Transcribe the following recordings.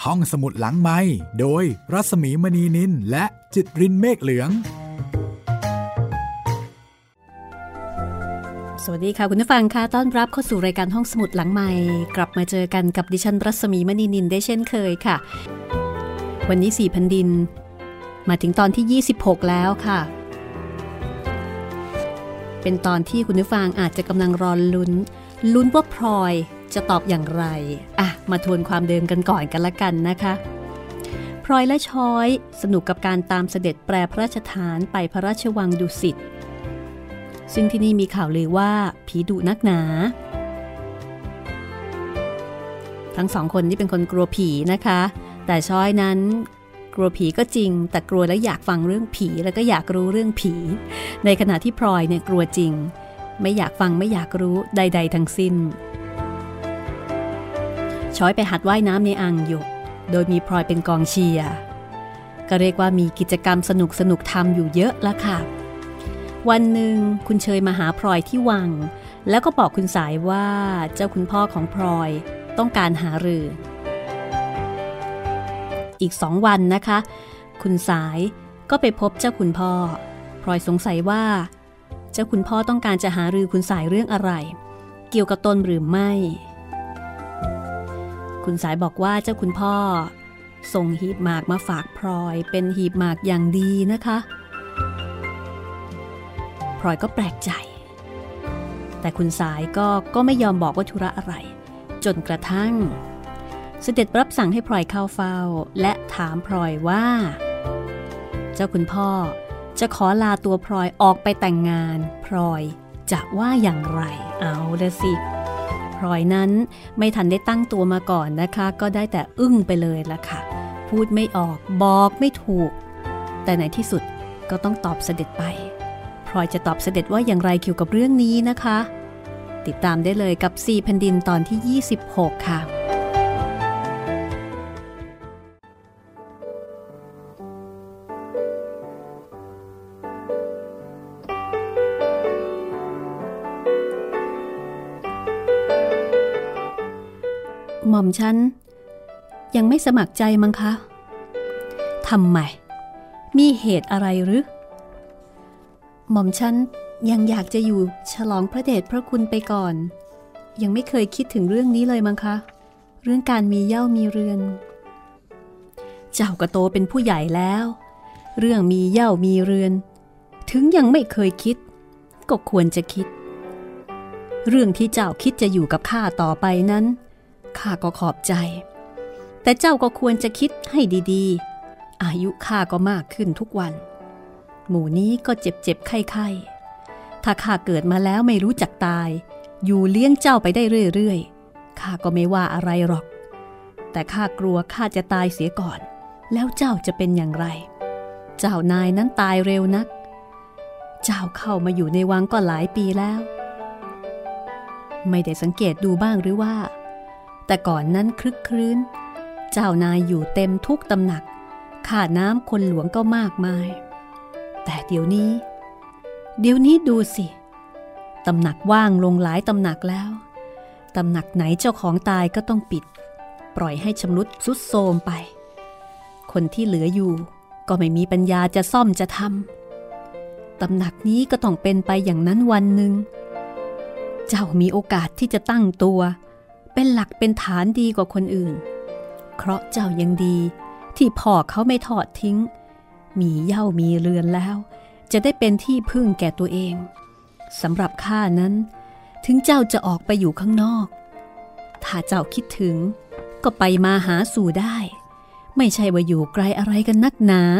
ห้องสมุดหลังไมค์โดยรัศมีมณีนินและจิตรินเมฆเหลืองสวัสดีค่ะคุณผู้ฟังค่ะต้อนรับเข้าสู่รายการห้องสมุดหลังไมค์กลับมาเจอกันกับดิฉันรัศมีมณีนินได้เช่นเคยค่ะวันนี้4แผ่นดินมาถึงตอนที่26แล้วค่ะเป็นตอนที่คุณผู้ฟังอาจจะกำลังรอลุ้นว่าพลอยจะตอบอย่างไรมาทวนความเดิมกันก่อนกันละกันนะคะพลอยและช้อยสนุกกับการตามเสด็จแปรพระราชฐานไปพระราชวังดุสิตซึ่งที่นี่มีข่าวลือว่าผีดุนักหนาทั้งสองคนนี่เป็นคนกลัวผีนะคะแต่ช้อยนั้นกลัวผีก็จริงแต่กลัวแล้วอยากฟังเรื่องผีแล้วก็อยากรู้เรื่องผีในขณะที่พลอยเนี่ยกลัวจริงไม่อยากฟังไม่อยากรู้ใดๆทั้งสิ้นช้อยไปหัดว่ายน้ำในอ่างหยกโดยมีพลอยเป็นกองเชียร์ก็เรียกว่ามีกิจกรรมสนุกทำอยู่เยอะละค่ะวันหนึ่งคุณเชยมาหาพลอยที่วังแล้วก็บอกคุณสายว่าเจ้าคุณพ่อของพลอยต้องการหารืออีก2 วันนะคะคุณสายก็ไปพบเจ้าคุณพ่อพลอยสงสัยว่าเจ้าคุณพ่อต้องการจะหารือคุณสายเรื่องอะไรเกี่ยวกับตนหรือไม่คุณสายบอกว่าเจ้าคุณพ่อส่งหีบหมากมาฝากพลอยเป็นหีบหมากอย่างดีนะคะพลอยก็แปลกใจแต่คุณสายก็ไม่ยอมบอกว่าธุระอะไรจนกระทั่งเสด็จรับสั่งให้พลอยเข้าเฝ้าและถามพลอยว่าเจ้าคุณพ่อจะขอลาตัวพลอยออกไปแต่งงานพลอยจะว่าอย่างไรเอาละสิพลอยนั้นไม่ทันได้ตั้งตัวมาก่อนนะคะก็ได้แต่อึ้งไปเลยละค่ะพูดไม่ออกบอกไม่ถูกแต่ในที่สุดก็ต้องตอบเสด็จไปพลอยจะตอบเสด็จว่าอย่างไรเกี่ยวกับเรื่องนี้นะคะติดตามได้เลยกับ4แผ่นดินตอนที่26ค่ะหม่อมฉันยังไม่สมัครใจมั้งคะทำไมมีเหตุอะไรหรือหม่อมฉันยังอยากจะอยู่ฉลองพระเดชพระคุณไปก่อนยังไม่เคยคิดถึงเรื่องนี้เลยมั้งคะเรื่องการมีเหย้ามีเรือนเจ้าก็โตเป็นผู้ใหญ่แล้วเรื่องมีเหย้ามีเรือนถึงยังไม่เคยคิดก็ควรจะคิดเรื่องที่เจ้าคิดจะอยู่กับข้าต่อไปนั้นข้าก็ขอบใจแต่เจ้าก็ควรจะคิดให้ดีๆอายุข้าก็มากขึ้นทุกวันหมู่นี้ก็เจ็บไข้ถ้าข้าเกิดมาแล้วไม่รู้จักตายอยู่เลี้ยงเจ้าไปได้เรื่อยๆข้าก็ไม่ว่าอะไรหรอกแต่ข้ากลัวข้าจะตายเสียก่อนแล้วเจ้าจะเป็นอย่างไรเจ้านายนั้นตายเร็วนักเจ้าเข้ามาอยู่ในวังก็หลายปีแล้วไม่ได้สังเกตดูบ้างหรือว่าแต่ก่อนนั้นคลึกครื้นเจ้านายอยู่เต็มทุกตำหนักข้าน้ำคนหลวงก็มากมายแต่เดี๋ยวนี้ดูสิตำหนักว่างลงหลายตำหนักแล้วตำหนักไหนเจ้าของตายก็ต้องปิดปล่อยให้ชำรุดทรุดโทรมไปคนที่เหลืออยู่ก็ไม่มีปัญญาจะซ่อมจะทำตำหนักนี้ก็ต้องเป็นไปอย่างนั้นวันหนึ่งเจ้ามีโอกาสที่จะตั้งตัวเป็นหลักเป็นฐานดีกว่าคนอื่นเพราะเจ้ายังดีที่พ่อเขาไม่ทอดทิ้งมีเหย้ามีเรือนแล้วจะได้เป็นที่พึ่งแก่ตัวเองสำหรับข้านั้นถึงเจ้าจะออกไปอยู่ข้างนอกถ้าเจ้าคิดถึงก็ไปมาหาสู่ได้ไม่ใช่ว่าอยู่ไกลอะไรกันนักหนา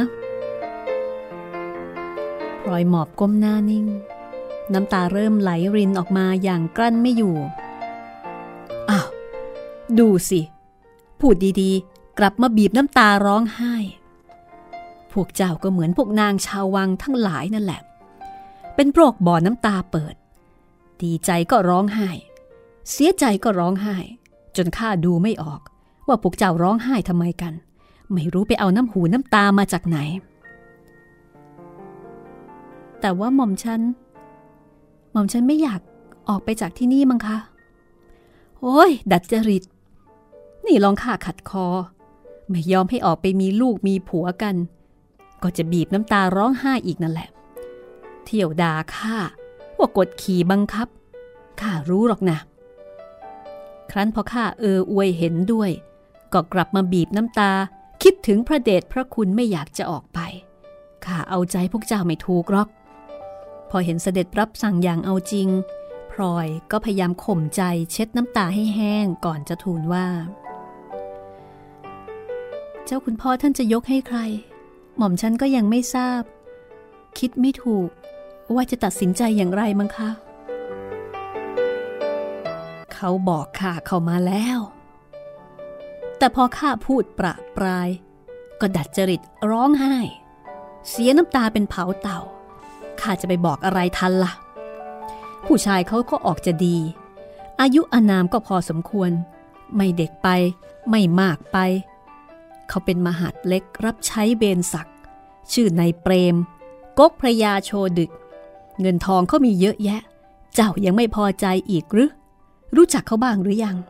พลอยหมอบก้มหน้านิ่งน้ำตาเริ่มไหลรินออกมาอย่างกลั้นไม่อยู่อ้าวดูสิพูดดีๆกลับมาบีบน้ำตาร้องไห้พวกเจ้าก็เหมือนพวกนางชาววังทั้งหลายนั่นแหละเป็นโรคบ่อน้ำตาเปิดดีใจก็ร้องไห้เสียใจก็ร้องไห้จนข้าดูไม่ออกว่าพวกเจ้าร้องไห้ทำไมกันไม่รู้ไปเอาน้ำหูน้ำตามาจากไหนแต่ว่าหม่อมฉันไม่อยากออกไปจากที่นี่มั้งคะโอ้ยดัดจริตนี่ลองข้าขัดคอไม่ยอมให้ออกไปมีลูกมีผัวกันก็จะบีบน้ำตาร้องไห้อีกนั่นแหละเที่ยวด่าข้าว่ากดขี่บังคับข้ารู้หรอกนะครั้นพอข้าอวยเห็นด้วยก็กลับมาบีบน้ำตาคิดถึงพระเดชพระคุณไม่อยากจะออกไปข้าเอาใจพวกเจ้าไม่ถูกหรอกพอเห็นเสด็จรับสั่งอย่างเอาจริงพลอยก็พยายามข่มใจเช็ดน้ำตาให้แห้งก่อนจะทูลว่าเจ้าคุณพ่อท่านจะยกให้ใครหม่อมฉันก็ยังไม่ทราบคิดไม่ถูกว่าจะตัดสินใจอย่างไรมั้งคะเขาบอกข้าเข้ามาแล้วแต่พอข้าพูดประปรายก็ดัดจริตร้องไห้เสียน้ำตาเป็นเผาเต่าข้าจะไปบอกอะไรทันล่ะผู้ชายเขาก็ออกจะดีอายุอานามก็พอสมควรไม่เด็กไปไม่มากไปเขาเป็นมหาดเล็กรับใช้เบญศักดิ์ชื่อนายเปรมก๊กพระยาโชดึกเงินทองเขามีเยอะแยะเจ้ายังไม่พอใจอีกหรือรู้จักเขาบ้างหรือยัง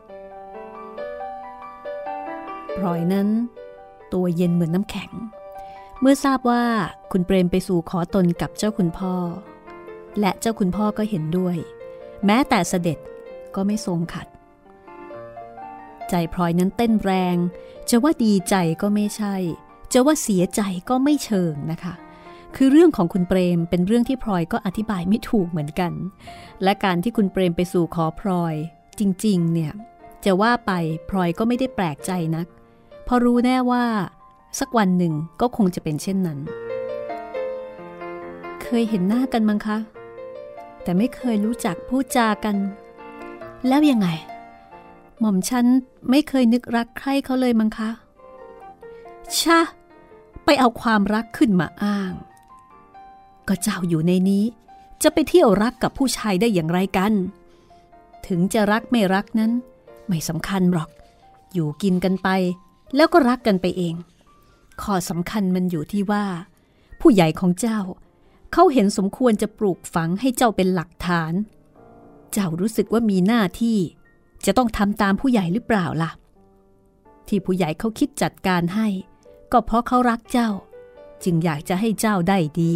พลอยนั้นตัวเย็นเหมือนน้ำแข็งเมื่อทราบว่าคุณเปรมไปสู่ขอตนกับเจ้าคุณพ่อและเจ้าคุณพ่อก็เห็นด้วยแม้แต่เสด็จก็ไม่ทรงขัดใจพลอยนั้นเต้นแรงจะว่าดีใจก็ไม่ใช่จะว่าเสียใจก็ไม่เชิงนะคะคือเรื่องของคุณเปรมเป็นเรื่องที่พลอยก็อธิบายไม่ถูกเหมือนกันและการที่คุณเปรมไปสู่ขอพลอยจริงๆเนี่ยจะว่าไปพลอยก็ไม่ได้แปลกใจนักเพราะรู้แน่ว่าสักวันหนึ่งก็คงจะเป็นเช่นนั้นเคยเห็นหน้ากันมั้งคะแต่ไม่เคยรู้จักพูดจากันแล้วยังไงหม่อมฉันไม่เคยนึกรักใครเขาเลยมั้งคะชะไปเอาความรักขึ้นมาอ้างก็เจ้าอยู่ในนี้จะไปเที่ยวรักกับผู้ชายได้อย่างไรกันถึงจะรักไม่รักนั้นไม่สำคัญหรอกอยู่กินกันไปแล้วก็รักกันไปเองข้อสำคัญมันอยู่ที่ว่าผู้ใหญ่ของเจ้าเขาเห็นสมควรจะปลูกฝังให้เจ้าเป็นหลักฐานเจ้ารู้สึกว่ามีหน้าที่จะต้องทำตามผู้ใหญ่หรือเปล่าล่ะที่ผู้ใหญ่เขาคิดจัดการให้ก็เพราะเขารักเจ้าจึงอยากจะให้เจ้าได้ดี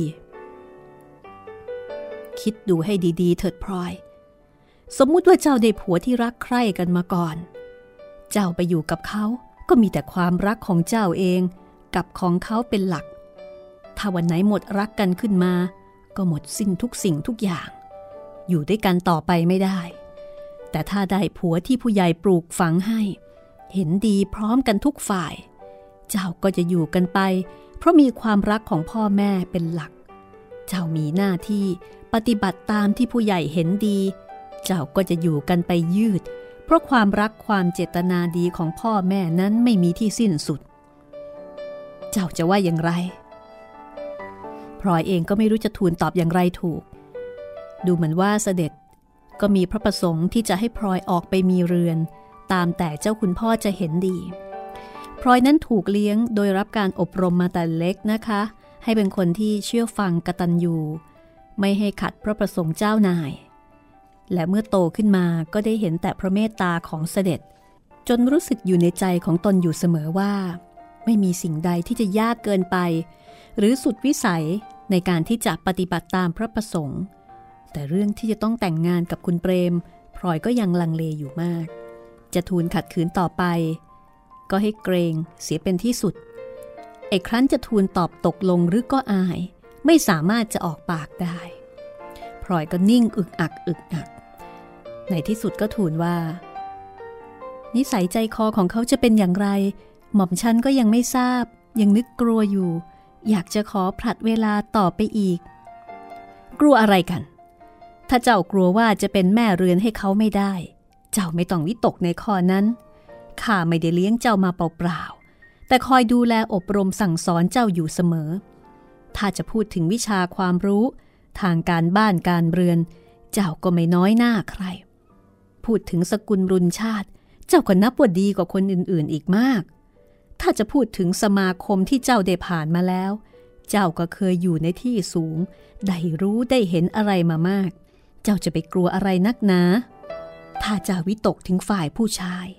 คิดดูให้ดีๆเถิดพลอยสมมุติว่าเจ้าได้ผัวที่รักใคร่กันมาก่อนเจ้าไปอยู่กับเขาก็มีแต่ความรักของเจ้าเองกับของเขาเป็นหลักถ้าวันไหนหมดรักกันขึ้นมาก็หมดสิ้นทุกสิ่งทุกอย่างอยู่ด้วยกันต่อไปไม่ได้แต่ถ้าได้ผัวที่ผู้ใหญ่ปลูกฝังให้เห็นดีพร้อมกันทุกฝ่ายเจ้าก็จะอยู่กันไปเพราะมีความรักของพ่อแม่เป็นหลักเจ้ามีหน้าที่ปฏิบัติตามที่ผู้ใหญ่เห็นดีเจ้าก็จะอยู่กันไปยืดเพราะความรักความเจตนาดีของพ่อแม่นั้นไม่มีที่สิ้นสุดเจ้าจะว่าอย่างไรพลอยเองก็ไม่รู้จะทูลตอบอย่างไรถูกดูเหมือนว่าเสด็จก็มีพระประสงค์ที่จะให้พลอยออกไปมีเรือนตามแต่เจ้าคุณพ่อจะเห็นดีพลอยนั้นถูกเลี้ยงโดยรับการอบรมมาแต่เล็กนะคะให้เป็นคนที่เชื่อฟังกตัญญูไม่ให้ขัดพระประสงค์เจ้านายและเมื่อโตขึ้นมาก็ได้เห็นแต่พระเมตตาของเสด็จจนรู้สึกอยู่ในใจของตนอยู่เสมอว่าไม่มีสิ่งใดที่จะยากเกินไปหรือสุดวิสัยในการที่จะปฏิบัติตามพระประสงค์แต่เรื่องที่จะต้องแต่งงานกับคุณเปรมพลอยก็ยังลังเลอยู่มากจะทูลขัดขืนต่อไปก็ให้เกรงเสียเป็นที่สุดไอ้ครั้นจะทูลตอบตกลงหรือก็อายไม่สามารถจะออกปากได้พลอยก็นิ่งอึกอักในที่สุดก็ทูลว่านิสัยใจคอของเขาจะเป็นอย่างไรหม่อมฉันก็ยังไม่ทราบยังนึกกลัวอยู่อยากจะขอผลัดเวลาต่อไปอีกกลัวอะไรกันถ้าเจ้ากลัวว่าจะเป็นแม่เรือนให้เขาไม่ได้เจ้าไม่ต้องวิตกในข้อนั้นข้าไม่ได้เลี้ยงเจ้ามาเปล่าๆแต่คอยดูแลอบรมสั่งสอนเจ้าอยู่เสมอถ้าจะพูดถึงวิชาความรู้ทางการบ้านการเรือนเจ้าก็ไม่น้อยหน้าใครพูดถึงสกุลรุนชาติเจ้าก็นับว่าดีกว่าคนอื่นๆอีกมากถ้าจะพูดถึงสมาคมที่เจ้าได้ผ่านมาแล้วเจ้าก็เคยอยู่ในที่สูงได้รู้ได้เห็นอะไรมามากเจ้าจะไปกลัวอะไรนักหนาถ้าเจ้าวิตกถึงฝ่ายผู้ชาย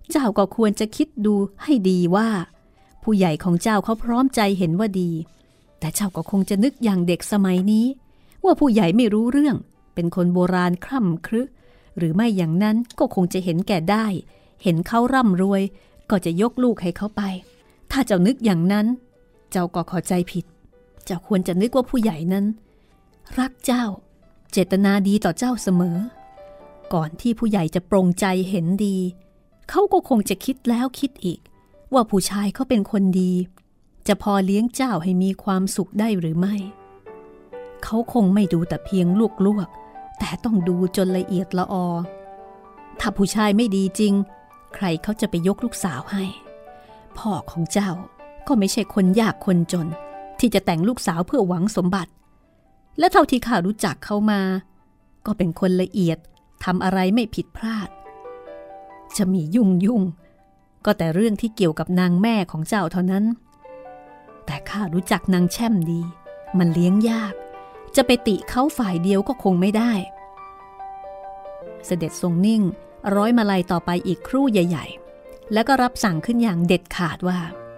เจ้าก็ควรจะคิดดูให้ดีว่าผู้ใหญ่ของเจ้าเขาพร้อมใจเห็นว่าดีแต่เจ้าก็คงจะนึกอย่างเด็กสมัยนี้ว่าผู้ใหญ่ไม่รู้เรื่องเป็นคนโบราณคร่ำครึหรือไม่อย่างนั้นก็คงจะเห็นแก่ได้เห็นเขาร่ำรวยก็จะยกลูกให้เขาไปถ้าเจ้านึกอย่างนั้นเจ้าก็เข้าใจผิดเจ้าควรจะนึกว่าผู้ใหญ่นั้นรักเจ้าเจตนาดีต่อเจ้าเสมอก่อนที่ผู้ใหญ่จะปรงใจเห็นดีเขาก็คงจะคิดแล้วคิดอีกว่าผู้ชายเขาเป็นคนดีจะพอเลี้ยงเจ้าให้มีความสุขได้หรือไม่เขาคงไม่ดูแต่เพียงลวกๆแต่ต้องดูจนละเอียดละออถ้าผู้ชายไม่ดีจริงใครเขาจะไปยกลูกสาวให้พ่อของเจ้าก็ไม่ใช่คนยากคนจนที่จะแต่งลูกสาวเพื่อหวังสมบัติและเท่าที่ข้ารู้จักเขามาก็เป็นคนละเอียดทำอะไรไม่ผิดพลาดจะมียุ่งก็แต่เรื่องที่เกี่ยวกับนางแม่ของเจ้าเท่านั้นแต่ข้ารู้จักนางแช่มดีมันเลี้ยงยากจะไปติเขาฝ่ายเดียวก็คงไม่ได้เสด็จทรงนิ่งร้อยมาลัยต่อไปอีกครู่ใหญ่ๆแล้วก็รับสั่งขึ้นอย่างเด็ดขาดว่า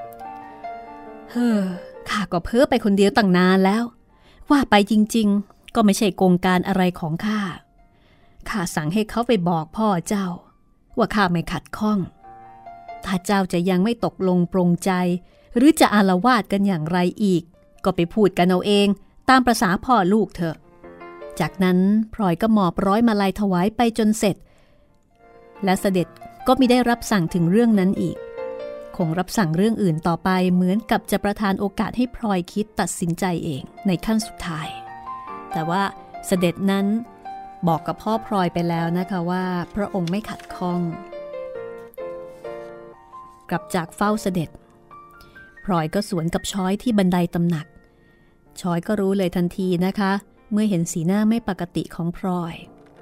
ข้าก็เพ้อไปคนเดียวตั้งนานแล้วว่าไปจริงๆก็ไม่ใช่กงการอะไรของข้าสั่งให้เขาไปบอกพ่อเจ้าว่าข้าไม่ขัดข้องถ้าเจ้าจะยังไม่ตกลงปรงใจหรือจะอาละวาดกันอย่างไรอีกก็ไปพูดกันเอาเองตามประสาพ่อลูกเถอะจากนั้นพลอยก็มอบร้อยมาลัยถวายไปจนเสร็จและเสด็จก็มิได้รับสั่งถึงเรื่องนั้นอีกคงรับสั่งเรื่องอื่นต่อไปเหมือนกับจะประทานโอกาสให้พลอยคิดตัดสินใจเองในขั้นสุดท้ายแต่ว่าเสด็จนั้นบอกกับพ่อพลอยไปแล้วนะคะว่าพระองค์ไม่ขัดข้องกลับจากเฝ้าเสด็จพลอยก็สวนกับช้อยที่บันไดตำหนักช้อยก็รู้เลยทันทีนะคะเมื่อเห็นสีหน้าไม่ปกติของพลอย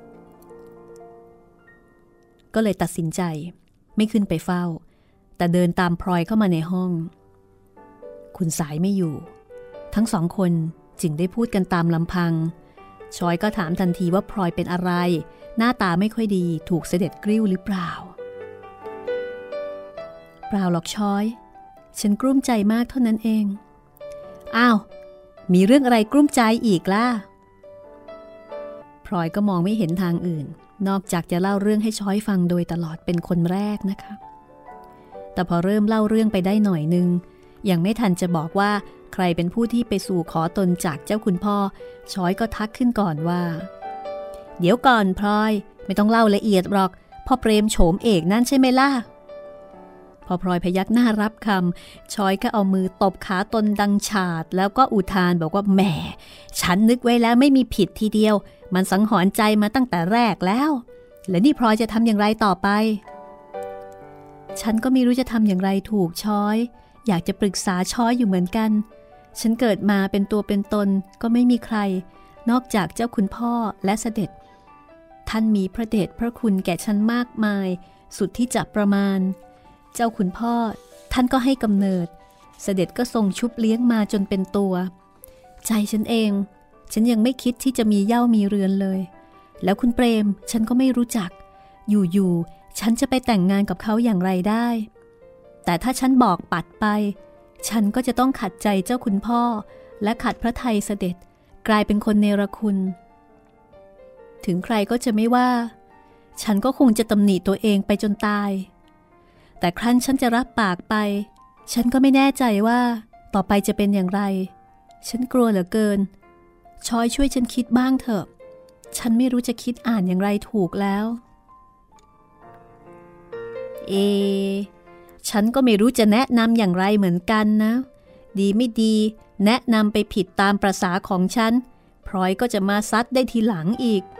ก็เลยตัดสินใจไม่ขึ้นไปเฝ้าแต่เดินตามพลอยเข้ามาในห้องคุณสายไม่อยู่ทั้งสองคนจึงได้พูดกันตามลำพังช้อยก็ถามทันทีว่าพลอยเป็นอะไรหน้าตาไม่ค่อยดีถูกเสด็จกริ้วหรือเปล่าเปล่าหรอกช้อยฉันกลุ้มใจมากเท่านั้นเองอ้าวมีเรื่องอะไรกลุ้มใจอีกล่ะพลอยก็มองไม่เห็นทางอื่นนอกจากจะเล่าเรื่องให้ช้อยฟังโดยตลอดเป็นคนแรกนะคะแต่พอเริ่มเล่าเรื่องไปได้หน่อยนึงยังไม่ทันจะบอกว่าใครเป็นผู้ที่ไปสู่ขอตนจากเจ้าคุณพ่อช้อยก็ทักขึ้นก่อนว่าเดี๋ยวก่อนพลอยไม่ต้องเล่าละเอียดหรอกพ่อเปรมโฉมเอกนั่นใช่ไหมล่ะพอพลอยพยักหน้ารับคำช้อยก็เอามือตบขาตนดังฉาดแล้วก็อุทานบอกว่าแหมฉันนึกไว้แล้วไม่มีผิดทีเดียวมันสังหรณ์ใจมาตั้งแต่แรกแล้วแล้วนี่พลอยจะทำอย่างไรต่อไปฉันก็ไม่รู้จะทำอย่างไรถูกช้อยอยากจะปรึกษาช้อยอยู่เหมือนกันฉันเกิดมาเป็นตัวเป็นตนก็ไม่มีใครนอกจากเจ้าคุณพ่อและเสด็จท่านมีพระเดชพระคุณแก่ฉันมากมายสุดที่จะประมาณเจ้าคุณพ่อท่านก็ให้กำเนิดเสด็จก็ทรงชุบเลี้ยงมาจนเป็นตัวใจฉันเองฉันยังไม่คิดที่จะมีเหย้ามีเรือนเลยแล้วคุณเปรมฉันก็ไม่รู้จักอยู่ฉันจะไปแต่งงานกับเขาอย่างไรได้แต่ถ้าฉันบอกปัดไปฉันก็จะต้องขัดใจเจ้าคุณพ่อและขัดพระทัยเสด็จกลายเป็นคนเนรคุณถึงใครก็จะไม่ว่าฉันก็คงจะตำหนิตัวเองไปจนตายแต่ครั้นฉันจะรับปากไปฉันก็ไม่แน่ใจว่าต่อไปจะเป็นอย่างไรฉันกลัวเหลือเกินช้อยช่วยฉันคิดบ้างเถอะฉันไม่รู้จะคิดอ่านอย่างไรถูกแล้วฉันก็ไม่รู้จะแนะนำอย่างไรเหมือนกันนะดีไม่ดีแนะนำไปผิดตามประสาของฉันพลอยก็จะมาซัดได้ทีหลังอีก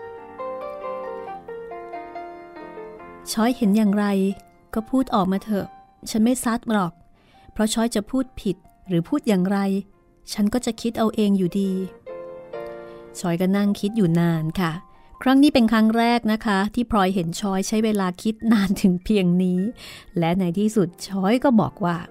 ช้อยเห็นอย่างไรก็พูดออกมาเถอะฉันไม่ซัดหรอกเพราะช้อยจะพูดผิดหรือพูดอย่างไรฉันก็จะคิดเอาเองอยู่ดีช้อยก็นั่งคิดอยู่นานค่ะครั้งนี้เป็นครั้งแรกนะคะที่พลอยเห็นช้อยใช้เวลาคิดนานถึงเพียงนี้และในที่สุดช้อยก็บอกว่า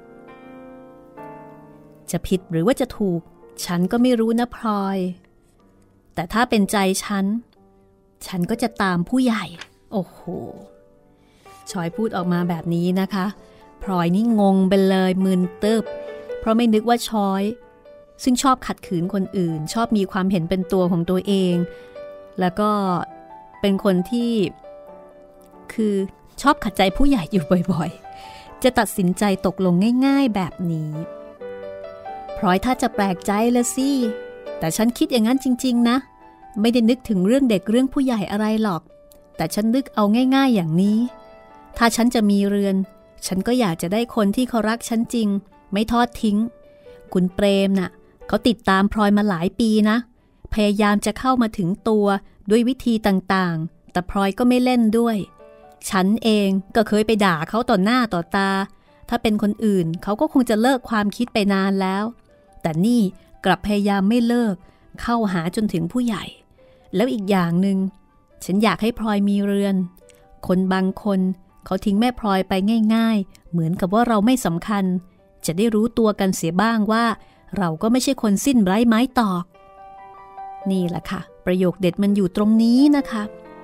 จะผิดหรือว่าจะถูกฉันก็ไม่รู้นะพลอยแต่ถ้าเป็นใจฉันก็จะตามผู้ใหญ่โอ้โหชอยพูดออกมาแบบนี้นะคะพลอยนี่งงไปเลยมึนตึบเพราะไม่นึกว่าชอยซึ่งชอบขัดขืนคนอื่นชอบมีความเห็นเป็นตัวของตัวเองแล้วก็เป็นคนที่คือชอบขัดใจผู้ใหญ่อยู่บ่อยๆจะตัดสินใจตกลงง่ายๆแบบนี้พลอยถ้าจะแปลกใจละสิแต่ฉันคิดอย่างนั้นจริงๆนะไม่ได้นึกถึงเรื่องเด็กเรื่องผู้ใหญ่อะไรหรอกแต่ฉันนึกเอาง่ายๆอย่างนี้ถ้าฉันจะมีเรือนฉันก็อยากจะได้คนที่เขารักฉันจริงไม่ทอดทิ้งคุณเปรมน่ะเขาติดตามพลอยมาหลายปีนะพยายามจะเข้ามาถึงตัวด้วยวิธีต่างๆแต่พลอยก็ไม่เล่นด้วยฉันเองก็เคยไปด่าเขาต่อหน้าต่อตาถ้าเป็นคนอื่นเขาก็คงจะเลิกความคิดไปนานแล้วแต่นี่กลับพยายามไม่เลิกเข้าหาจนถึงผู้ใหญ่แล้วอีกอย่างหนึ่งฉันอยากให้พลอยมีเรือนคนบางคนเขาทิ้งแม่พลอยไปง่ายๆเหมือนกับว่าเราไม่สำคัญจะได้รู้ตัวกันเสียบ้างว่าเราก็ไม่ใช่คนสิ้นไร้ไม้ตอกนี่แหละค่ะประโยคเด็ดมันอยู่ตรงนี้นะคะ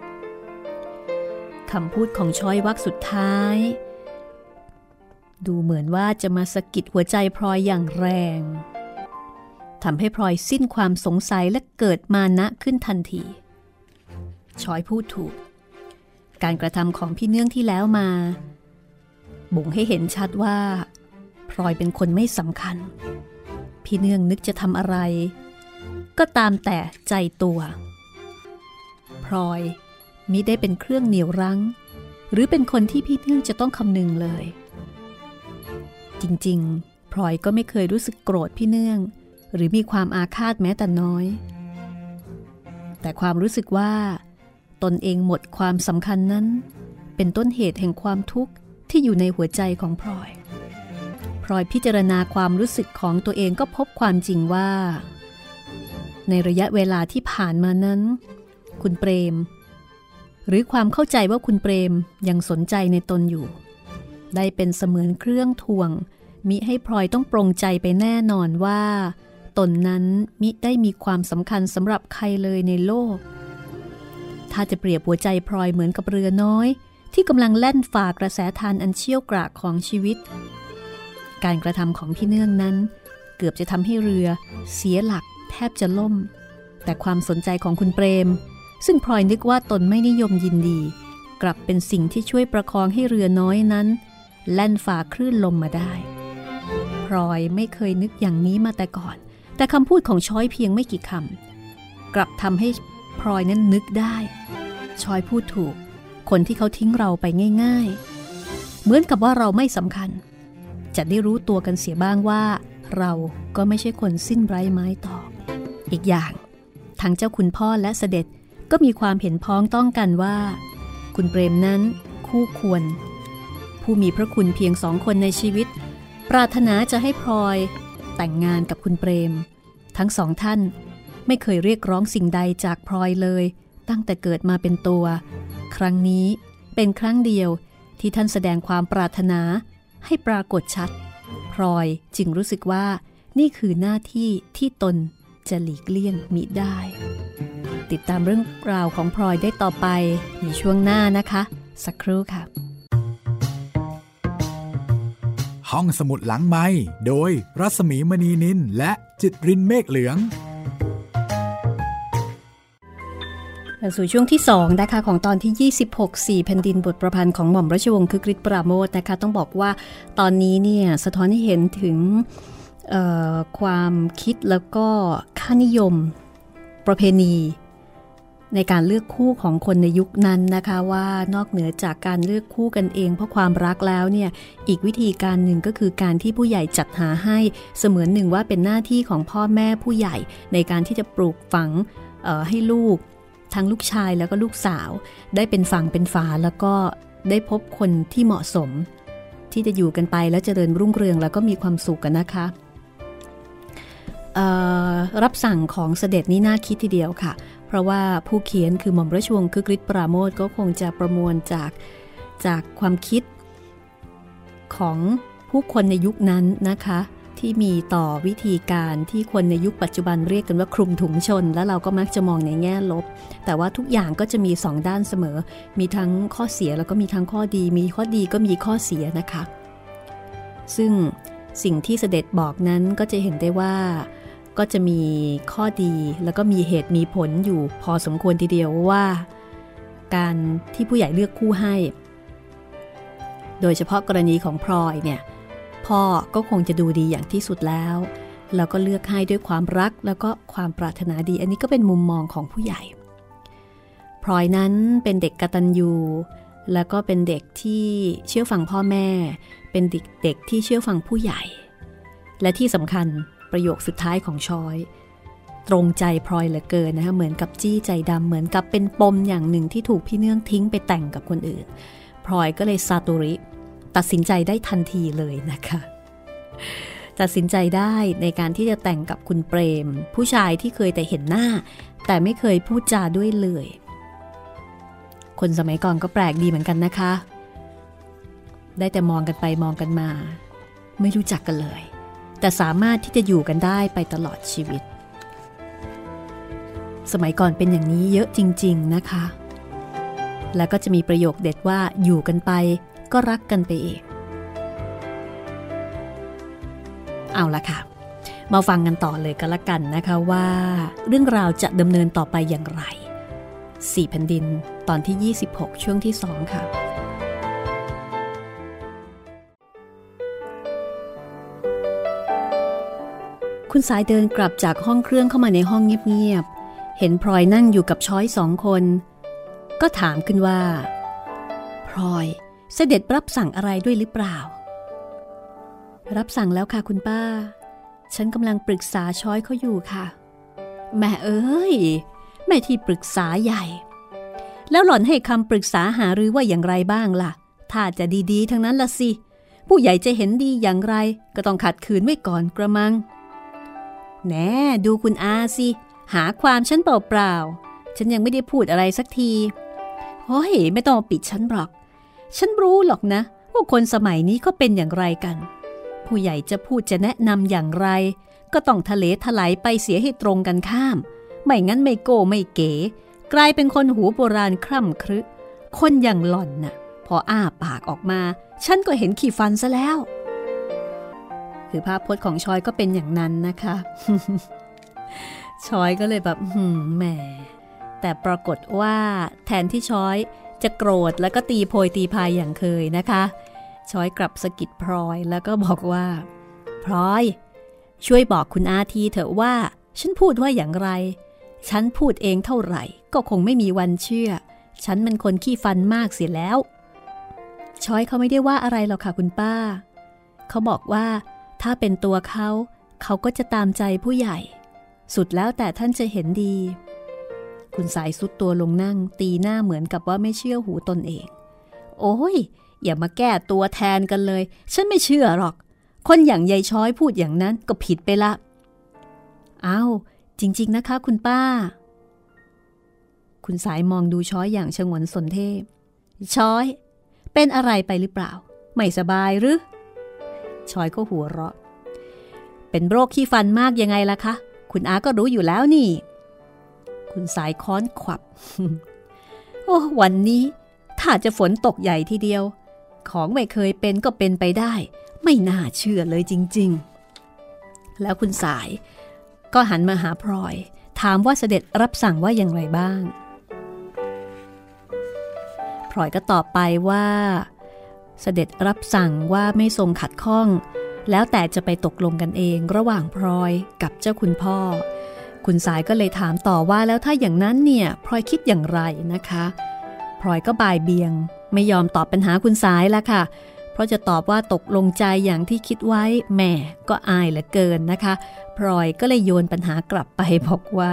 คำพูดของช้อยวรรคสุดท้ายดูเหมือนว่าจะมาสะกิดหัวใจพลอยอย่างแรงทำให้พลอยสิ้นความสงสัยและเกิดมานะขึ้นทันทีช้อยพูดถูกการกระทำของพี่เนื่องที่แล้วมาบ่งให้เห็นชัดว่าพลอยเป็นคนไม่สำคัญพี่เนื่องนึกจะทำอะไรก็ตามแต่ใจตัวพลอยมิได้เป็นเครื่องเหนี่ยวรั้งหรือเป็นคนที่พี่เนื่องจะต้องคำนึงเลยจริงๆพลอยก็ไม่เคยรู้สึกโกรธพี่เนื่องหรือมีความอาฆาตแม้แต่น้อยแต่ความรู้สึกว่าตนเองหมดความสำคัญนั้นเป็นต้นเหตุแห่งความทุกข์ที่อยู่ในหัวใจของพลอยพิจารณาความรู้สึกของตัวเองก็พบความจริงว่าในระยะเวลาที่ผ่านมานั้นคุณเปรมหรือความเข้าใจว่าคุณเปรมยังสนใจในตนอยู่ได้เป็นเสมือนเครื่องถ่วงมิให้พลอยต้องปรงใจไปแน่นอนว่าตนนั้นมิได้มีความสำคัญสำหรับใครเลยในโลกถ้าจะเปรียบหัวใจพลอยเหมือนกับเรือน้อยที่กำลังแล่นฝ่ากระแสทานอันเชี่ยวกรากของชีวิตการกระทำของพี่เนื่องนั้นเกือบจะทำให้เรือเสียหลักแทบจะล่มแต่ความสนใจของคุณเปรมซึ่งพลอยนึกว่าตนไม่นิยมยินดีกลับเป็นสิ่งที่ช่วยประคองให้เรือน้อยนั้นแล่นฝ่าคลื่นลมมาได้พลอยไม่เคยนึกอย่างนี้มาแต่ก่อนแต่คำพูดของช้อยเพียงไม่กี่คำกลับทำให้พลอยนั้นนึกได้ช้อยพูดถูกคนที่เขาทิ้งเราไปง่ายๆเหมือนกับว่าเราไม่สำคัญจะได้รู้ตัวกันเสียบ้างว่าเราก็ไม่ใช่คนสิ้นไร้ไม้ตอกอีกอย่างทั้งเจ้าคุณพ่อและเสด็จก็มีความเห็นพ้องต้องกันว่าคุณเปรมนั้นคู่ควรผู้มีพระคุณเพียง2 คนในชีวิตปรารถนาจะให้พลอยแต่งงานกับคุณเปรมทั้ง2 ท่านไม่เคยเรียกร้องสิ่งใดจากพลอยเลยตั้งแต่เกิดมาเป็นตัวครั้งนี้เป็นครั้งเดียวที่ท่านแสดงความปรารถนาให้ปรากฏชัดพลอยจึงรู้สึกว่านี่คือหน้าที่ที่ตนจะหลีกเลี่ยงมิได้ติดตามเรื่องราวของพลอยได้ต่อไปในช่วงหน้านะคะสักครู่ค่ะห้องสมุดหลังไมค์โดยรัศมีมณีนินและจิตรินเมฆเหลืองสู่ช่วงที่2นะคะของตอนที่26 4แผ่นดินบทประพันธ์ของหม่อมราชวงศ์คึกฤทธิ์ปราโมชนะคะต้องบอกว่าตอนนี้เนี่ยสะท้อนให้เห็นถึงความคิดแล้วก็ค่านิยมประเพณีในการเลือกคู่ของคนในยุคนั้นนะคะว่านอกเหนือจากการเลือกคู่กันเองเพราะความรักแล้วเนี่ยอีกวิธีการหนึ่งก็คือการที่ผู้ใหญ่จัดหาให้เสมือนหนึ่งว่าเป็นหน้าที่ของพ่อแม่ผู้ใหญ่ในการที่จะปลูกฝังให้ลูกทั้งลูกชายแล้วก็ลูกสาวได้เป็นฝั่งเป็นฝาแล้วก็ได้พบคนที่เหมาะสมที่จะอยู่กันไปแล้วเจริญรุ่งเรืองแล้วก็มีความสุขกันนะคะรับสั่งของเสด็จนี่น่าคิดทีเดียวค่ะเพราะว่าผู้เขียนคือหม่อมราชวงศ์คึกฤทธิ์ปราโมชก็คงจะประมวลจากความคิดของผู้คนในยุคนั้นนะคะที่มีต่อวิธีการที่คนในยุคปัจจุบันเรียกกันว่าคลุมถุงชนแล้วเราก็มักจะมองในแง่ลบแต่ว่าทุกอย่างก็จะมี2ด้านเสมอมีทั้งข้อเสียแล้วก็มีทั้งข้อดีมีข้อดีก็มีข้อเสียนะคะซึ่งสิ่งที่เสด็จบอกนั้นก็จะเห็นได้ว่าก็จะมีข้อดีแล้วก็มีเหตุมีผลอยู่พอสมควรทีเดียวว่าการที่ผู้ใหญ่เลือกคู่ให้โดยเฉพาะกรณีของพลอยเนี่ยพ่อก็คงจะดูดีอย่างที่สุดแล้วก็เลือกให้ด้วยความรักแล้วก็ความปรารถนาดีอันนี้ก็เป็นมุมมองของผู้ใหญ่พลอยนั้นเป็นเด็กกตัญญูแล้วก็เป็นเด็กที่เชื่อฟังพ่อแม่เป็นเด็กที่เชื่อฟังผู้ใหญ่และที่สำคัญประโยคสุดท้ายของช้อยตรงใจพลอยเหลือเกินนะคะเหมือนกับจี้ใจดำเหมือนกับเป็นปมอย่างหนึ่งที่ถูกพี่เนื่องทิ้งไปแต่งกับคนอื่นพลอยก็เลยซาตุริตัดสินใจได้ทันทีเลยนะคะตัดสินใจได้ในการที่จะแต่งกับคุณเปรมผู้ชายที่เคยแต่เห็นหน้าแต่ไม่เคยพูดจาด้วยเลยคนสมัยก่อนก็แปลกดีเหมือนกันนะคะได้แต่มองกันไปมองกันมาไม่รู้จักกันเลยแต่สามารถที่จะอยู่กันได้ไปตลอดชีวิตสมัยก่อนเป็นอย่างนี้เยอะจริงๆนะคะแล้วก็จะมีประโยคเด็ดว่าอยู่กันไปก็รักกันไปเองเอาละค่ะมาฟังกันต่อเลยก็แล้วกันนะคะว่าเรื่องราวจะดำเนินต่อไปอย่างไร4 แผ่นดินตอนที่26ช่วงที่2ค่ะคุณสายเดินกลับจากห้องเครื่องเข้ามาในห้องเงียบๆเห็นพลอยนั่งอยู่กับช้อย2 คนก็ถามขึ้นว่าพลอยเสด็จรับสั่งอะไรด้วยหรือเปล่ารับสั่งแล้วค่ะคุณป้าฉันกำลังปรึกษาช้อยเขาอยู่ค่ะแม่เอ้ยแม่ที่ปรึกษาใหญ่แล้วหล่อนให้คำปรึกษาหารือว่าอย่างไรบ้างล่ะถ้าจะดีๆทั้งนั้นละสิผู้ใหญ่จะเห็นดีอย่างไรก็ต้องขัดขืนไว้ก่อนกระมังแน่ดูคุณอาสิหาความฉันเปล่าๆฉันยังไม่ได้พูดอะไรสักทีโอ้ยไม่ต้องปิดฉันหรอกฉันรู้หรอกนะว่าคนสมัยนี้ก็เป็นอย่างไรกันผู้ใหญ่จะพูดจะแนะนำอย่างไรก็ต้องทะเลถลายไปเสียให้ตรงกันข้ามไม่งั้นไม่โก้ไม่เก๋กลายเป็นคนหัวโบราณคร่ำครึคนอย่างหล่อนน่ะพออ้าปากออกมาฉันก็เห็นขี้ฟันซะแล้วคือภาพพจน์ของชอยก็เป็นอย่างนั้นนะคะ ชอยก็เลยแบบแหมแต่ปรากฏว่าแทนที่ชอยจะโกรธแล้วก็ตีโพยตีพายอย่างเคยนะคะชอยกลับสะกิดพลอยแล้วก็บอกว่าพลอยช่วยบอกคุณอาทีเถอะว่าฉันพูดว่าอย่างไรฉันพูดเองเท่าไหร่ก็คงไม่มีวันเชื่อฉันมันคนขี้ฟันมากเสียแล้วชอยเขาไม่ได้ว่าอะไรหรอกค่ะคุณป้าเขาบอกว่าถ้าเป็นตัวเขาก็จะตามใจผู้ใหญ่สุดแล้วแต่ท่านจะเห็นดีคุณสายสุดตัวลงนั่งตีหน้าเหมือนกับว่าไม่เชื่อหูตนเองโอ้ยอย่ามาแก้ตัวแทนกันเลยฉันไม่เชื่อหรอกคนอย่างยายช้อยพูดอย่างนั้นก็ผิดไปละอ้าวจริงๆนะคะคุณป้าคุณสายมองดูช้อยอย่างฉงนสนเทพช้อยเป็นอะไรไปหรือเปล่าไม่สบายหรือช้อยก็หัวเราะเป็นโรคขี้ฟันมากยังไงล่ะคะคุณอาก็รู้อยู่แล้วนี่คุณสายค้อนขวับ โอ้วันนี้ถ้าจะฝนตกใหญ่ทีเดียวของไม่เคยเป็นก็เป็นไปได้ไม่น่าเชื่อเลยจริงๆแล้วคุณสายก็หันมาหาพลอยถามว่าเสด็จรับสั่งว่าอย่างไรบ้างพลอยก็ตอบไปว่าเสด็จรับสั่งว่าไม่ทรงขัดข้องแล้วแต่จะไปตกลงกันเองระหว่างพลอยกับเจ้าคุณพ่อคุณสายก็เลยถามต่อว่าแล้วถ้าอย่างนั้นเนี่ยพลอยคิดอย่างไรนะคะพลอยก็บ่ายเบี่ยงไม่ยอมตอบปัญหาคุณสายละค่ะเพราะจะตอบว่าตกลงใจอย่างที่คิดไว้แหม่ก็อายเหลือเกินนะคะพลอยก็เลยโยนปัญหากลับไปบอกว่า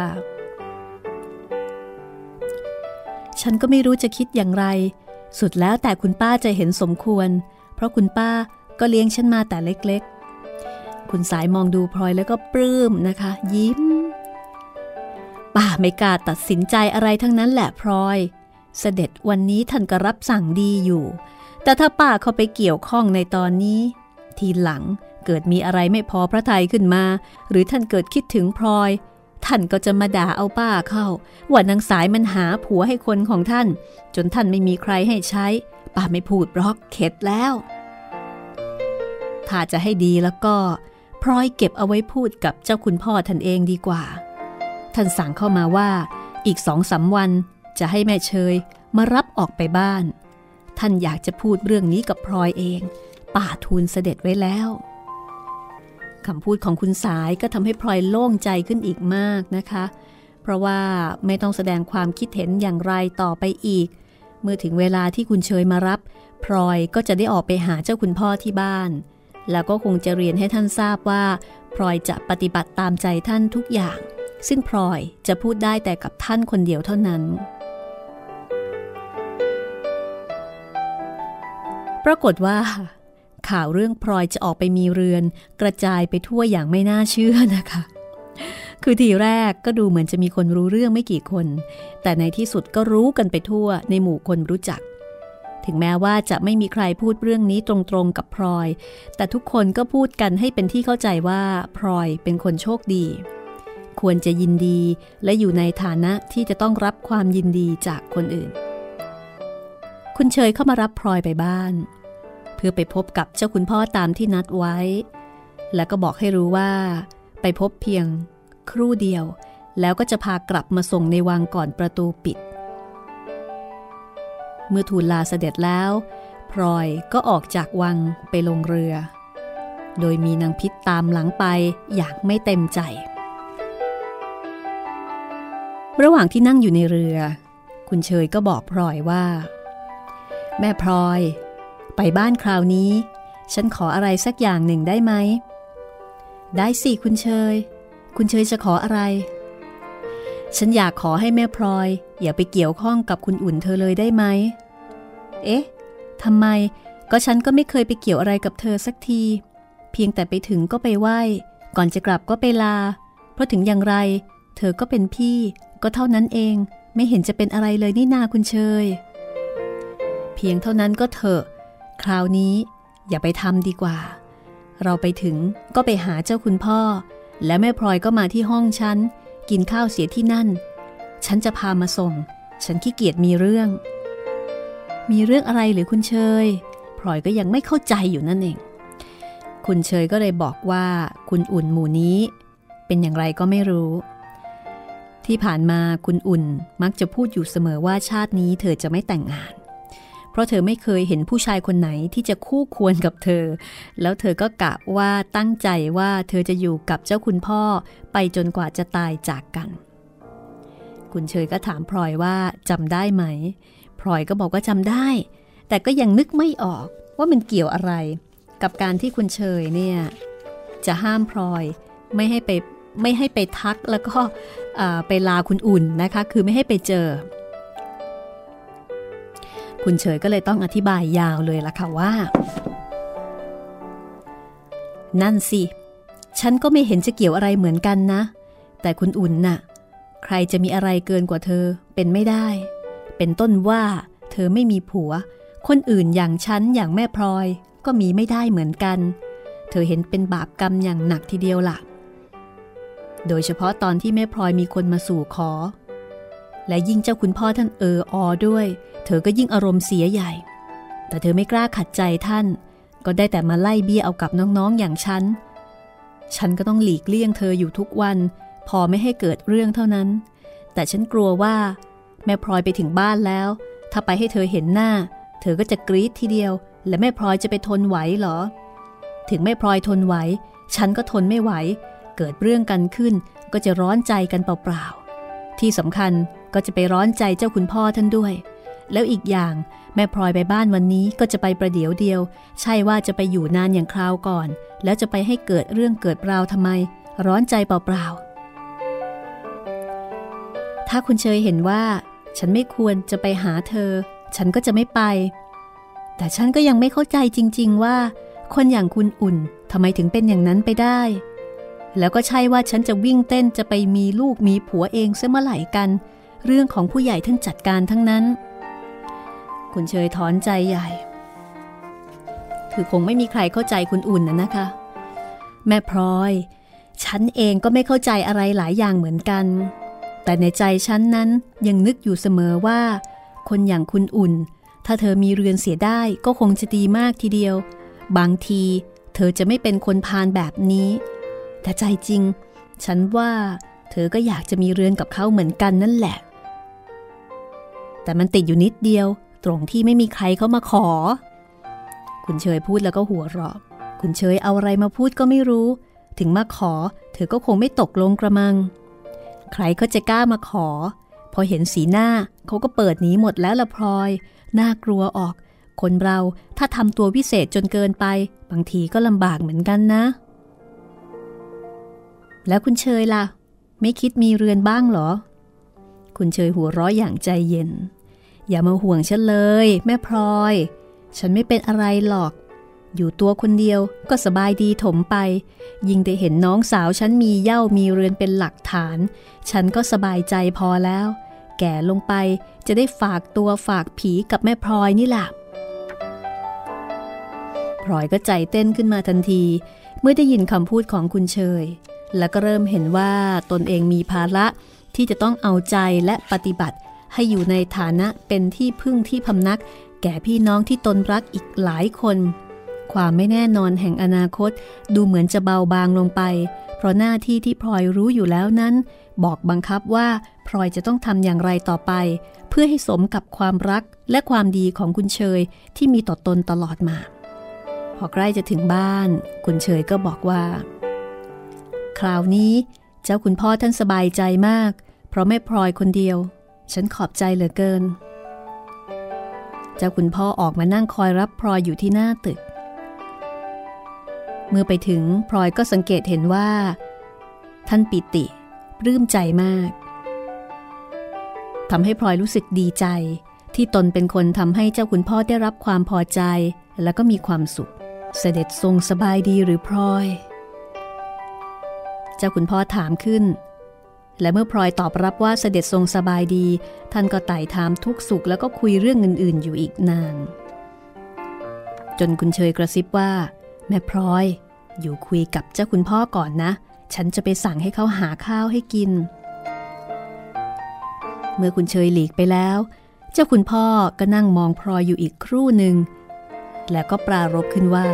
ฉันก็ไม่รู้จะคิดอย่างไรสุดแล้วแต่คุณป้าจะเห็นสมควรเพราะคุณป้าก็เลี้ยงฉันมาแต่เล็กๆคุณสายมองดูพลอยแล้วก็ปลื้มนะคะยิ้มป้าไม่กล้าตัดสินใจอะไรทั้งนั้นแหละพลอยเสด็จวันนี้ท่านก็รับสั่งดีอยู่แต่ถ้าป้าเข้าไปเกี่ยวข้องในตอนนี้ทีหลังเกิดมีอะไรไม่พอพระทัยขึ้นมาหรือท่านเกิดคิดถึงพลอยท่านก็จะมาด่าเอาป้าเข้าว่านางสายมันหาผัวให้คนของท่านจนท่านไม่มีใครให้ใช้ป้าไม่พูดหรอกเข็ดแล้วถ้าจะให้ดีแล้วก็พลอยเก็บเอาไว้พูดกับเจ้าคุณพ่อท่านเองดีกว่าท่านสั่งเข้ามาว่าอีก 2-3 วันจะให้แม่เชยมารับออกไปบ้านท่านอยากจะพูดเรื่องนี้กับพลอยเองป้าทูลเสด็จไว้แล้วคำพูดของคุณสายก็ทำให้พลอยโล่งใจขึ้นอีกมากนะคะเพราะว่าไม่ต้องแสดงความคิดเห็นอย่างไรต่อไปอีกเมื่อถึงเวลาที่คุณเชยมารับพลอยก็จะได้ออกไปหาเจ้าคุณพ่อที่บ้านแล้วก็คงจะเรียนให้ท่านทราบว่าพลอยจะปฏิบัติตามใจท่านทุกอย่างซึ่งพลอยจะพูดได้แต่กับท่านคนเดียวเท่านั้นปรากฏว่าข่าวเรื่องพลอยจะออกไปมีเรือนกระจายไปทั่วอย่างไม่น่าเชื่อนะคะคือทีแรกก็ดูเหมือนจะมีคนรู้เรื่องไม่กี่คนแต่ในที่สุดก็รู้กันไปทั่วในหมู่คนรู้จักถึงแม้ว่าจะไม่มีใครพูดเรื่องนี้ตรงๆกับพลอยแต่ทุกคนก็พูดกันให้เป็นที่เข้าใจว่าพลอยเป็นคนโชคดีควรจะยินดีและอยู่ในฐานะที่จะต้องรับความยินดีจากคนอื่นคุณเชยเข้ามารับพลอยไปบ้านเพื่อไปพบกับเจ้าคุณพ่อตามที่นัดไว้และก็บอกให้รู้ว่าไปพบเพียงครู่เดียวแล้วก็จะพากลับมาส่งในวังก่อนประตูปิดเมื่อทูลลาเสด็จแล้วพลอยก็ออกจากวังไปลงเรือโดยมีนางพิษตามหลังไปอย่างไม่เต็มใจระหว่างที่นั่งอยู่ในเรือคุณเชยก็บอกพลอยว่าแม่พลอยไปบ้านคราวนี้ฉันขออะไรสักอย่างหนึ่งได้ไหมได้สิคุณเชยจะขออะไรฉันอยากขอให้แม่พลอยอย่าไปเกี่ยวข้องกับคุณอุ่นเธอเลยได้ไหมเอ๊ะทำไมก็ฉันก็ไม่เคยไปเกี่ยวอะไรกับเธอสักทีเพียงแต่ไปถึงก็ไปไหว้ก่อนจะกลับก็ไปลาเพราะถึงอย่างไรเธอก็เป็นพี่ก็เท่านั้นเองไม่เห็นจะเป็นอะไรเลยนี่นาคุณเชยเพียงเท่านั้นก็เถอะคราวนี้อย่าไปทำดีกว่าเราไปถึงก็ไปหาเจ้าคุณพ่อและแม่พลอยก็มาที่ห้องฉันกินข้าวเสียที่นั่นฉันจะพามาส่งฉันขี้เกียจมีเรื่องอะไรหรือคุณเชยพลอยก็ยังไม่เข้าใจอยู่นั่นเองคุณเชยก็เลยบอกว่าคุณอุ่นหมู่นี้เป็นอย่างไรก็ไม่รู้ที่ผ่านมาคุณอุ่นมักจะพูดอยู่เสมอว่าชาตินี้เธอจะไม่แต่งงานเพราะเธอไม่เคยเห็นผู้ชายคนไหนที่จะคู่ควรกับเธอแล้วเธอก็กะว่าตั้งใจว่าเธอจะอยู่กับเจ้าคุณพ่อไปจนกว่าจะตายจากกันคุณเชยก็ถามพลอยว่าจำได้ไหมพลอยก็บอกว่าจำได้แต่ก็ยังนึกไม่ออกว่ามันเกี่ยวอะไรกับการที่คุณเชยเนี่ยจะห้ามพลอยไม่ให้ไปทักแล้วก็ไปลาคุณอุ่นนะคะคือไม่ให้ไปเจอคุณเฉยก็เลยต้องอธิบายยาวเลยล่ะค่ะว่านั่นสิฉันก็ไม่เห็นจะเกี่ยวอะไรเหมือนกันนะแต่คุณอุ่นน่ะใครจะมีอะไรเกินกว่าเธอเป็นไม่ได้เป็นต้นว่าเธอไม่มีผัวคนอื่นอย่างฉันอย่างแม่พลอยก็มีไม่ได้เหมือนกันเธอเห็นเป็นบาปกรรมอย่างหนักทีเดียวล่ะโดยเฉพาะตอนที่แม่พลอยมีคนมาสู่ขอและยิ่งเจ้าคุณพ่อท่านด้วยเธอก็ยิ่งอารมณ์เสียใหญ่แต่เธอไม่กล้าขัดใจท่านก็ได้แต่มาไล่เบี้ยเอากับน้องๆอย่างฉันก็ต้องหลีกเลี่ยงเธออยู่ทุกวันพอไม่ให้เกิดเรื่องเท่านั้นแต่ฉันกลัวว่าแม่พลอยไปถึงบ้านแล้วถ้าไปให้เธอเห็นหน้าเธอก็จะกรี๊ดทีเดียวและแม่พลอยจะไปทนไหวเหรอถึงแม่พลอยทนไหวฉันก็ทนไม่ไหวเกิดเรื่องกันขึ้นก็จะร้อนใจกันเปล่าๆที่สำคัญก็จะไปร้อนใจเจ้าคุณพ่อท่านด้วยแล้วอีกอย่างแม่พลอยไปบ้านวันนี้ก็จะไปประเดี๋ยวเดียวใช่ว่าจะไปอยู่นานอย่างคราวก่อนแล้วจะไปให้เกิดเรื่องเกิดราวทำไมร้อนใจเปล่าๆถ้าคุณเชยเห็นว่าฉันไม่ควรจะไปหาเธอฉันก็จะไม่ไปแต่ฉันก็ยังไม่เข้าใจจริงๆว่าคนอย่างคุณอุ่นทำไมถึงเป็นอย่างนั้นไปได้แล้วก็ใช่ว่าฉันจะวิ่งเต้นจะไปมีลูกมีผัวเองเสียเมื่อไหร่กันเรื่องของผู้ใหญ่ท่านจัดการทั้งนั้นคุณเชยถอนใจใหญ่คือคงไม่มีใครเข้าใจคุณอุ่นนะคะแม่พลอยฉันเองก็ไม่เข้าใจอะไรหลายอย่างเหมือนกันแต่ในใจฉันนั้นยังนึกอยู่เสมอว่าคนอย่างคุณอุ่นถ้าเธอมีเรือนเสียได้ก็คงจะดีมากทีเดียวบางทีเธอจะไม่เป็นคนพาลแบบนี้แต่ใจจริงฉันว่าเธอก็อยากจะมีเรือนกับเขาเหมือนกันนั่นแหละแต่มันติดอยู่นิดเดียวตรงที่ไม่มีใครเขามาขอคุณเชยพูดแล้วก็หัวเราะคุณเชยเอาอะไรมาพูดก็ไม่รู้ถึงมาขอเธอก็คงไม่ตกลงกระมังใครเขาจะกล้ามาขอพอเห็นสีหน้าเขาก็เปิดหนีหมดแล้วละพลอยน่ากลัวออกคนเราถ้าทำตัววิเศษจนเกินไปบางทีก็ลำบากเหมือนกันนะแล้วคุณเชยล่ะไม่คิดมีเรือนบ้างเหรอคุณเชยหัวเราะอย่างใจเย็นอย่ามาห่วงฉันเลยแม่พลอยฉันไม่เป็นอะไรหรอกอยู่ตัวคนเดียวก็สบายดีถมไปยิ่งได้เห็นน้องสาวฉันมีเหย้ามีเรือนเป็นหลักฐานฉันก็สบายใจพอแล้วแก่ลงไปจะได้ฝากตัวฝากผีกับแม่พลอยนี่แหละพลอยก็ใจเต้นขึ้นมาทันทีเมื่อได้ยินคำพูดของคุณเชยแล้วก็เริ่มเห็นว่าตนเองมีภาระที่จะต้องเอาใจและปฏิบัติให้อยู่ในฐานะเป็นที่พึ่งที่พำนักแก่พี่น้องที่ตนรักอีกหลายคนความไม่แน่นอนแห่งอนาคตดูเหมือนจะเบาบางลงไปเพราะหน้าที่ที่พลอยรู้อยู่แล้วนั้นบอกบังคับว่าพลอยจะต้องทำอย่างไรต่อไปเพื่อให้สมกับความรักและความดีของคุณเชยที่มีต่อตนตลอดมาพอใกล้จะถึงบ้านคุณเชยก็บอกว่าคราวนี้เจ้าคุณพ่อท่านสบายใจมากเพราะแม่พลอยคนเดียวฉันขอบใจเหลือเกินเจ้าคุณพ่อออกมานั่งคอยรับพลอยอยู่ที่หน้าตึกเมื่อไปถึงพลอยก็สังเกตเห็นว่าท่านปิติปลื้มใจมากทำให้พลอยรู้สึกดีใจที่ตนเป็นคนทำให้เจ้าคุณพ่อได้รับความพอใจและก็มีความสุขเสด็จทรงสบายดีหรือพลอยเจ้าคุณพ่อถามขึ้นและเมื่อพลอยตอบรับว่าเสด็จทรงสบายดีท่านก็ไต่ถามทุกสุขแล้วก็คุยเรื่องอื่นๆอยู่อีกนานจนคุณเชยกระซิบว่าแม่พลอยอยู่คุยกับเจ้าคุณพ่อก่อนนะฉันจะไปสั่งให้เขาหาข้าวให้กินเมื่อคุณเชยหลีกไปแล้วเจ้าคุณพ่อก็นั่งมองพลอยอยู่อีกครู่หนึ่งแล้วก็ปรารภขึ้นว่า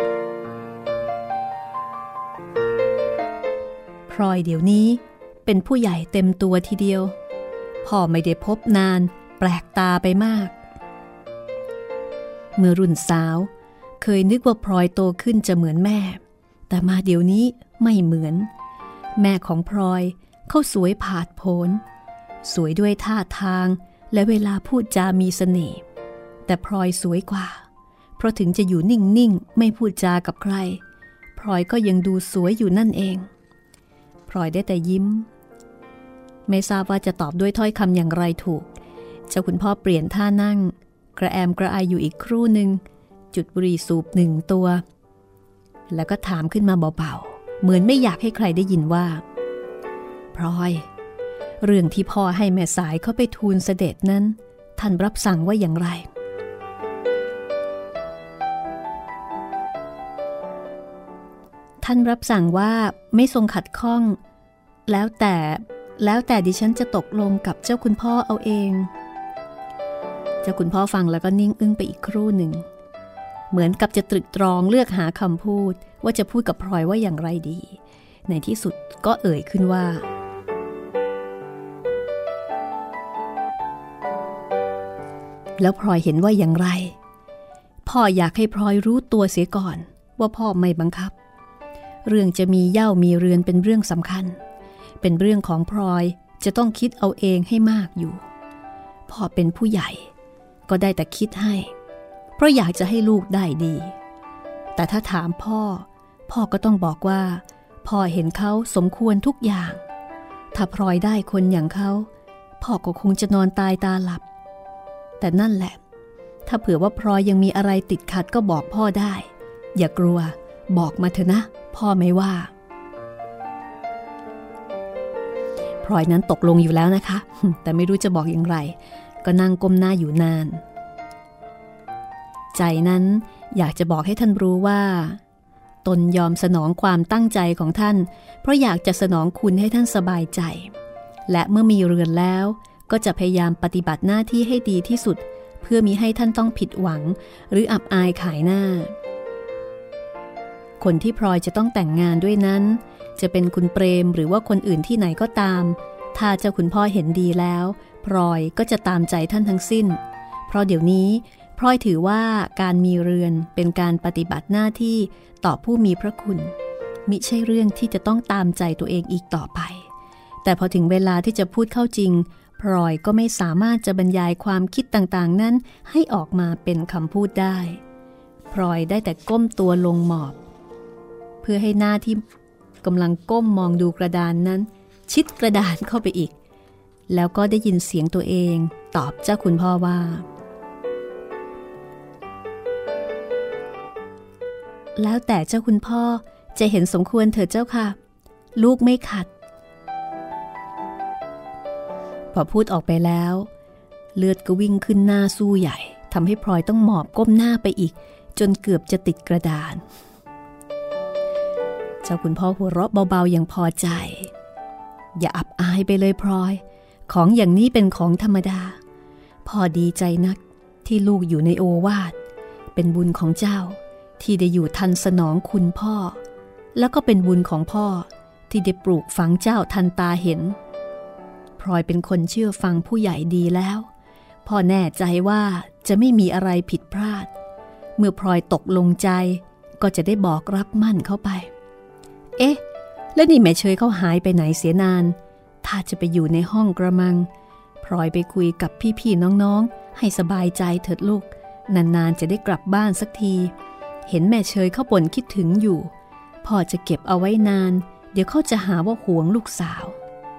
พลอยเดี๋ยวนี้เป็นผู้ใหญ่เต็มตัวทีเดียวพ่อไม่ได้พบนานแปลกตาไปมากเมื่อรุ่นสาวเคยนึกว่าพลอยโตขึ้นจะเหมือนแม่แต่มาเดี๋ยวนี้ไม่เหมือนแม่ของพลอยเขาสวยผาดโผนสวยด้วยท่าทางและเวลาพูดจามีเสน่ห์แต่พลอยสวยกว่าเพราะถึงจะอยู่นิ่งๆไม่พูดจากับใครพลอยก็ยังดูสวยอยู่นั่นเองพลอยได้แต่ยิ้มไม่ทราบว่าจะตอบด้วยถ้อยคำอย่างไรถูกเจ้าคุณพ่อเปลี่ยนท่านั่งกระแอมกระอายอยู่อีกครู่หนึ่งจุดบุหรี่สูบ1 ตัวแล้วก็ถามขึ้นมาเบาๆเหมือนไม่อยากให้ใครได้ยินว่าพลอยเรื่องที่พ่อให้แม่สายเขาไปทูลเสด็จนั้นท่านรับสั่งว่าอย่างไรท่านรับสั่งว่าไม่ทรงขัดข้องแล้วแต่ดิฉันจะตกลงกับเจ้าคุณพ่อเอาเองเจ้าคุณพ่อฟังแล้วก็นิ่งอึ้งไปอีกครู่หนึ่งเหมือนกับจะตรึกตรองเลือกหาคำพูดว่าจะพูดกับพลอยว่าอย่างไรดีในที่สุดก็เอ่ยขึ้นว่าแล้วพลอยเห็นว่าอย่างไรพ่ออยากให้พลอยรู้ตัวเสียก่อนว่าพ่อไม่บังคับเรื่องจะมีเหย้ามีเรือนเป็นเรื่องสำคัญเป็นเรื่องของพลอยจะต้องคิดเอาเองให้มากอยู่พ่อเป็นผู้ใหญ่ก็ได้แต่คิดให้เพราะอยากจะให้ลูกได้ดีแต่ถ้าถามพ่อก็ต้องบอกว่าพ่อเห็นเขาสมควรทุกอย่างถ้าพลอยได้คนอย่างเขาพ่อก็คงจะนอนตายตาหลับแต่นั่นแหละถ้าเผื่อว่าพลอยยังมีอะไรติดขัดก็บอกพ่อได้อย่ากลัวบอกมาเถอะนะพ่อไม่ว่าพลอยนั้นตกลงอยู่แล้วนะคะแต่ไม่รู้จะบอกอย่างไรก็นั่งก้มหน้าอยู่นานใจนั้นอยากจะบอกให้ท่านรู้ว่าตนยอมสนองความตั้งใจของท่านเพราะอยากจะสนองคุณให้ท่านสบายใจและเมื่อมีเรือนแล้วก็จะพยายามปฏิบัติหน้าที่ให้ดีที่สุดเพื่อมิให้ท่านต้องผิดหวังหรืออับอายขายหน้าคนที่พลอยจะต้องแต่งงานด้วยนั้นจะเป็นคุณเปรมหรือว่าคนอื่นที่ไหนก็ตามถ้าเจ้าคุณพ่อเห็นดีแล้วพลอยก็จะตามใจท่านทั้งสิ้นเพราะเดี๋ยวนี้พลอยถือว่าการมีเรือนเป็นการปฏิบัติหน้าที่ต่อผู้มีพระคุณมิใช่เรื่องที่จะต้องตามใจตัวเองอีกต่อไปแต่พอถึงเวลาที่จะพูดเข้าจริงพลอยก็ไม่สามารถจะบรรยายความคิดต่างๆนั้นให้ออกมาเป็นคำพูดได้พลอยได้แต่ก้มตัวลงหมอบเพื่อให้หน้าที่กำลังก้มมองดูกระดานนั้นชิดกระดานเข้าไปอีกแล้วก็ได้ยินเสียงตัวเองตอบเจ้าคุณพ่อว่าแล้วแต่เจ้าคุณพ่อจะเห็นสมควรเถิดเจ้าค่ะลูกไม่ขัดพอพูดออกไปแล้วเลือดก็วิ่งขึ้นหน้าสู้ใหญ่ทำให้พลอยต้องหมอบก้มหน้าไปอีกจนเกือบจะติดกระดานเจ้าคุณพ่อหัวเราะเบาๆอย่างพอใจอย่าอับอายไปเลยพลอยของอย่างนี้เป็นของธรรมดาพ่อดีใจนักที่ลูกอยู่ในโอวาทเป็นบุญของเจ้าที่ได้อยู่ทันสนองคุณพ่อแล้วก็เป็นบุญของพ่อที่ได้ปลูกฝังเจ้าทันตาเห็นพลอยเป็นคนเชื่อฟังผู้ใหญ่ดีแล้วพ่อแน่ใจว่าจะไม่มีอะไรผิดพลาดเมื่อพลอยตกลงใจก็จะได้บอกรับมั่นเข้าไปเอ๊ะแล้วนี่แม่เชยเขาหายไปไหนเสียนานถ้าจะไปอยู่ในห้องกระมังพลอยไปคุยกับพี่ๆน้องๆให้สบายใจเถิดลูกนานๆจะได้กลับบ้านสักทีเห็นแม่เชยเขาบ่นคิดถึงอยู่พ่อจะเก็บเอาไว้นานเดี๋ยวเขาจะหาว่าหวงลูกสาว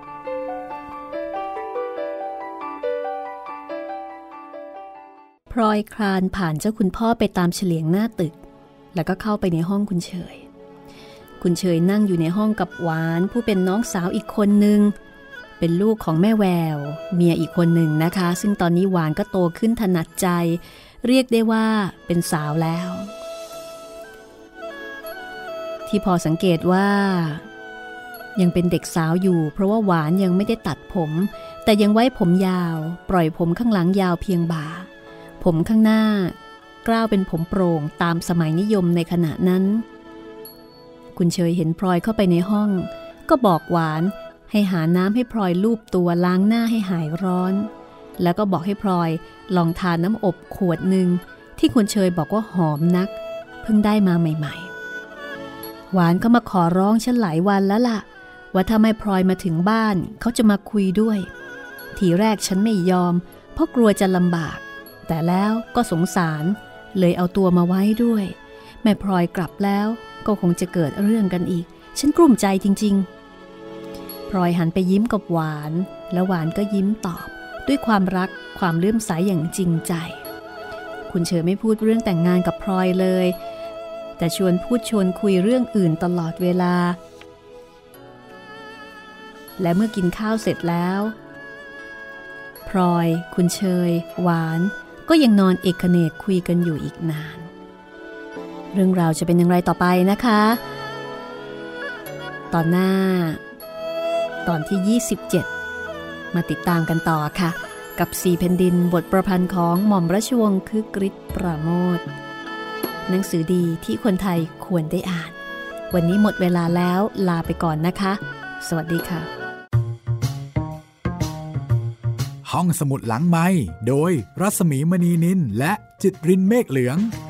พลอยคลานผ่านเจ้าคุณพ่อไปตามเฉลียงหน้าตึกแล้วก็เข้าไปในห้องคุณเฉยนั่งอยู่ในห้องกับหวานผู้เป็นน้องสาวอีกคนนึงเป็นลูกของแม่แววเมียอีกคนหนึ่งนะคะซึ่งตอนนี้หวานก็โตขึ้นถนัดใจเรียกได้ว่าเป็นสาวแล้วที่พอสังเกตว่ายังเป็นเด็กสาวอยู่เพราะว่าหวานยังไม่ได้ตัดผมแต่ยังไว้ผมยาวปล่อยผมข้างหลังยาวเพียงบ่าผมข้างหน้ากล้าวเป็นผมโปร่งตามสมัยนิยมในขณะนั้นคุณเชยเห็นพลอยเข้าไปในห้องก็บอกหวานให้หาน้ำให้พลอยลูบตัวล้างหน้าให้หายร้อนแล้วก็บอกให้พลอยลองทานน้ำอบขวดหนึ่งที่คุณเชยบอกว่าหอมนักเพิ่งได้มาใหม่ๆหวานก็มาขอร้องฉันหลายวันแล้วล่ะว่าถ้าไม่พลอยมาถึงบ้านเขาจะมาคุยด้วยทีแรกฉันไม่ยอมเพราะกลัวจะลำบากแต่แล้วก็สงสารเลยเอาตัวมาไว้ด้วยแม่พลอยกลับแล้วก็คงจะเกิดเรื่องกันอีกฉันกลุ้มใจจริงๆพลอยหันไปยิ้มกับหวานแล้วหวานก็ยิ้มตอบด้วยความรักความเลื่อมใสอย่างจริงใจคุณเชยไม่พูดเรื่องแต่งงานกับพลอยเลยแต่ชวนพูดชวนคุยเรื่องอื่นตลอดเวลาและเมื่อกินข้าวเสร็จแล้วพลอยคุณเชยหวานก็ยังนอนเอกเนกคุยกันอยู่อีกนานเรื่องราวจะเป็นอย่างไรต่อไปนะคะตอนหน้าตอนที่27มาติดตามกันต่อค่ะกับ4แผ่นดินบทประพันธ์ของหม่อมราชวงศ์คึกฤทธิ์ปราโมทย์หนังสือดีที่คนไทยควรได้อ่านวันนี้หมดเวลาแล้วลาไปก่อนนะคะสวัสดีค่ะห้องสมุดหลังไมค์โดยรัศมีมณีนินและจิตรินเมฆเหลือง